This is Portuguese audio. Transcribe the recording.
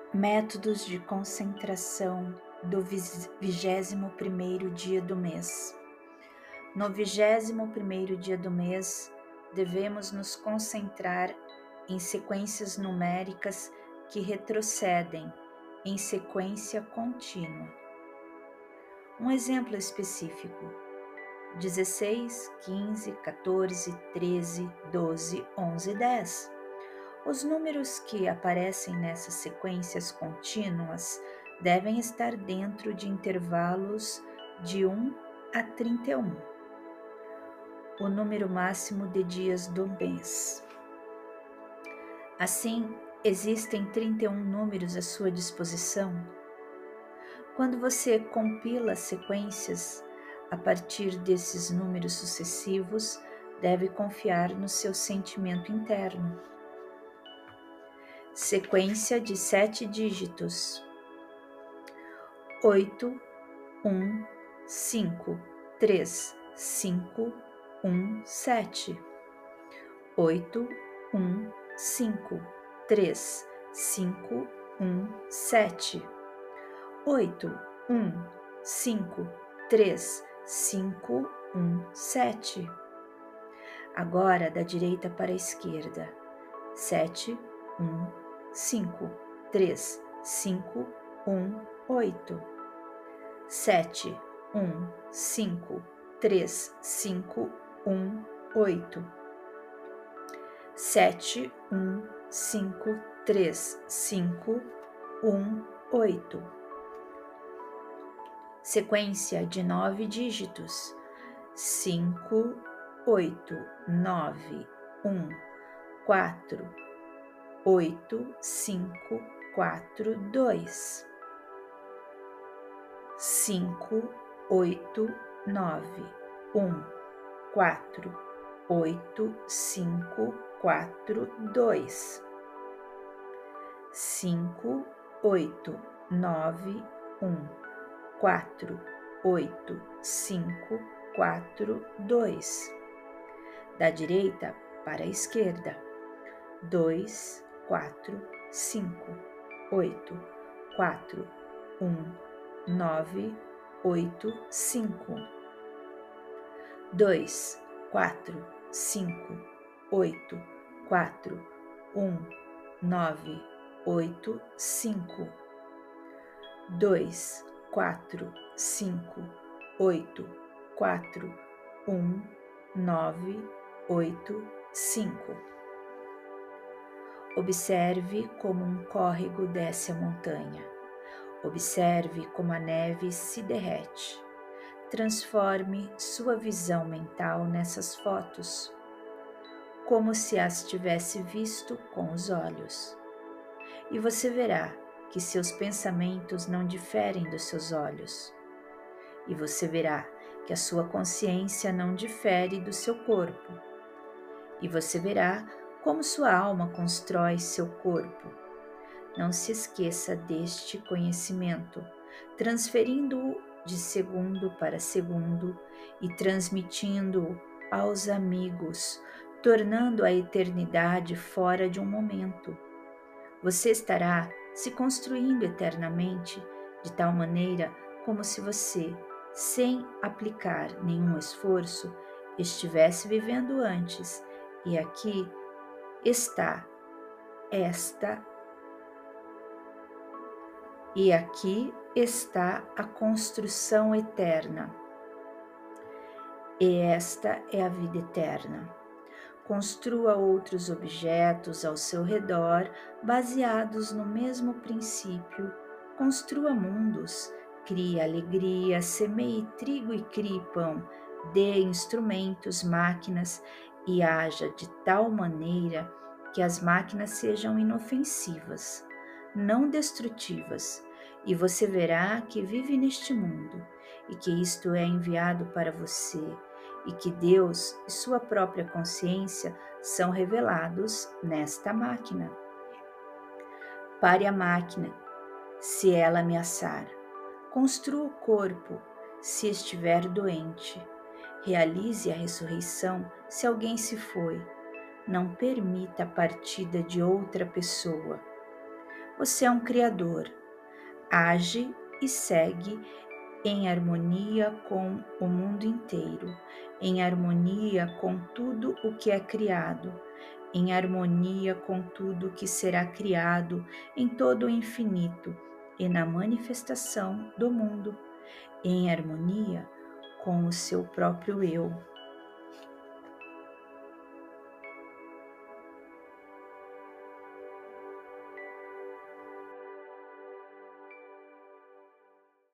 Métodos de concentração do 21º dia do mês. No 21º dia do mês, devemos nos concentrar em sequências numéricas que retrocedem em sequência contínua. Um exemplo específico: 16, 15, 14, 13, 12, 11 e 10. Os números que aparecem nessas sequências contínuas devem estar dentro de intervalos de 1 a 31, o número máximo de dias do mês. Assim, existem 31 números à sua disposição. Quando você compila sequências a partir desses números sucessivos, deve confiar no seu sentimento interno. Sequência de 7 dígitos: 8, 1, 5, 3, 5, 1, 7. 8, 1, 5, 3, 5, 1, 7. 8, 1, 5, 3, 5, 1, 7. Agora da direita para a esquerda: 7, 1, 5, 3, 5, 1, 8. 7, 1, 5, 3, 5, 1, 8. 7, 1, 5, 3, 5, 1, 8. Sequência de 9 dígitos: 5, 8, 9, 1, 4, 8, 5, 4, 2. 5, 8, 9, 1, 4, 8, 5, 4, 2. 5, 8, 9, 1, 4, 8, 5, 4, 2. Da direita para a esquerda: 2, 4, 5, 8, 4, 1, 9, 8, 5. 2, 4, 5, 8, 4, 1, 9, 8, 5. 2, 4, 5, 8, 4, 1, 9, 8, 5. Observe como um córrego desce a montanha. Observe como a neve se derrete. Transforme sua visão mental nessas fotos, como se as tivesse visto com os olhos. E você verá que seus pensamentos não diferem dos seus olhos. E você verá que a sua consciência não difere do seu corpo. E você verá como sua alma constrói seu corpo. Não se esqueça deste conhecimento, transferindo-o de segundo para segundo e transmitindo-o aos amigos, tornando a eternidade fora de um momento. Você estará se construindo eternamente de tal maneira como se você, sem aplicar nenhum esforço, estivesse vivendo antes, e aqui está a construção eterna. E esta é a vida eterna. Construa outros objetos ao seu redor baseados no mesmo princípio. Construa mundos, crie alegria, semeie trigo e crie pão, dê instrumentos, máquinas e haja de tal maneira que as máquinas sejam inofensivas, não destrutivas, e você verá que vive neste mundo e que isto é enviado para você, e que Deus e sua própria consciência são revelados nesta máquina. Pare a máquina se ela ameaçar. Construa o corpo se estiver doente. Realize a ressurreição se alguém se foi. Não permita a partida de outra pessoa. Você é um criador. Age e segue em harmonia com o mundo inteiro, em harmonia com tudo o que é criado, em harmonia com tudo que será criado em todo o infinito e na manifestação do mundo, em harmonia com o seu próprio eu.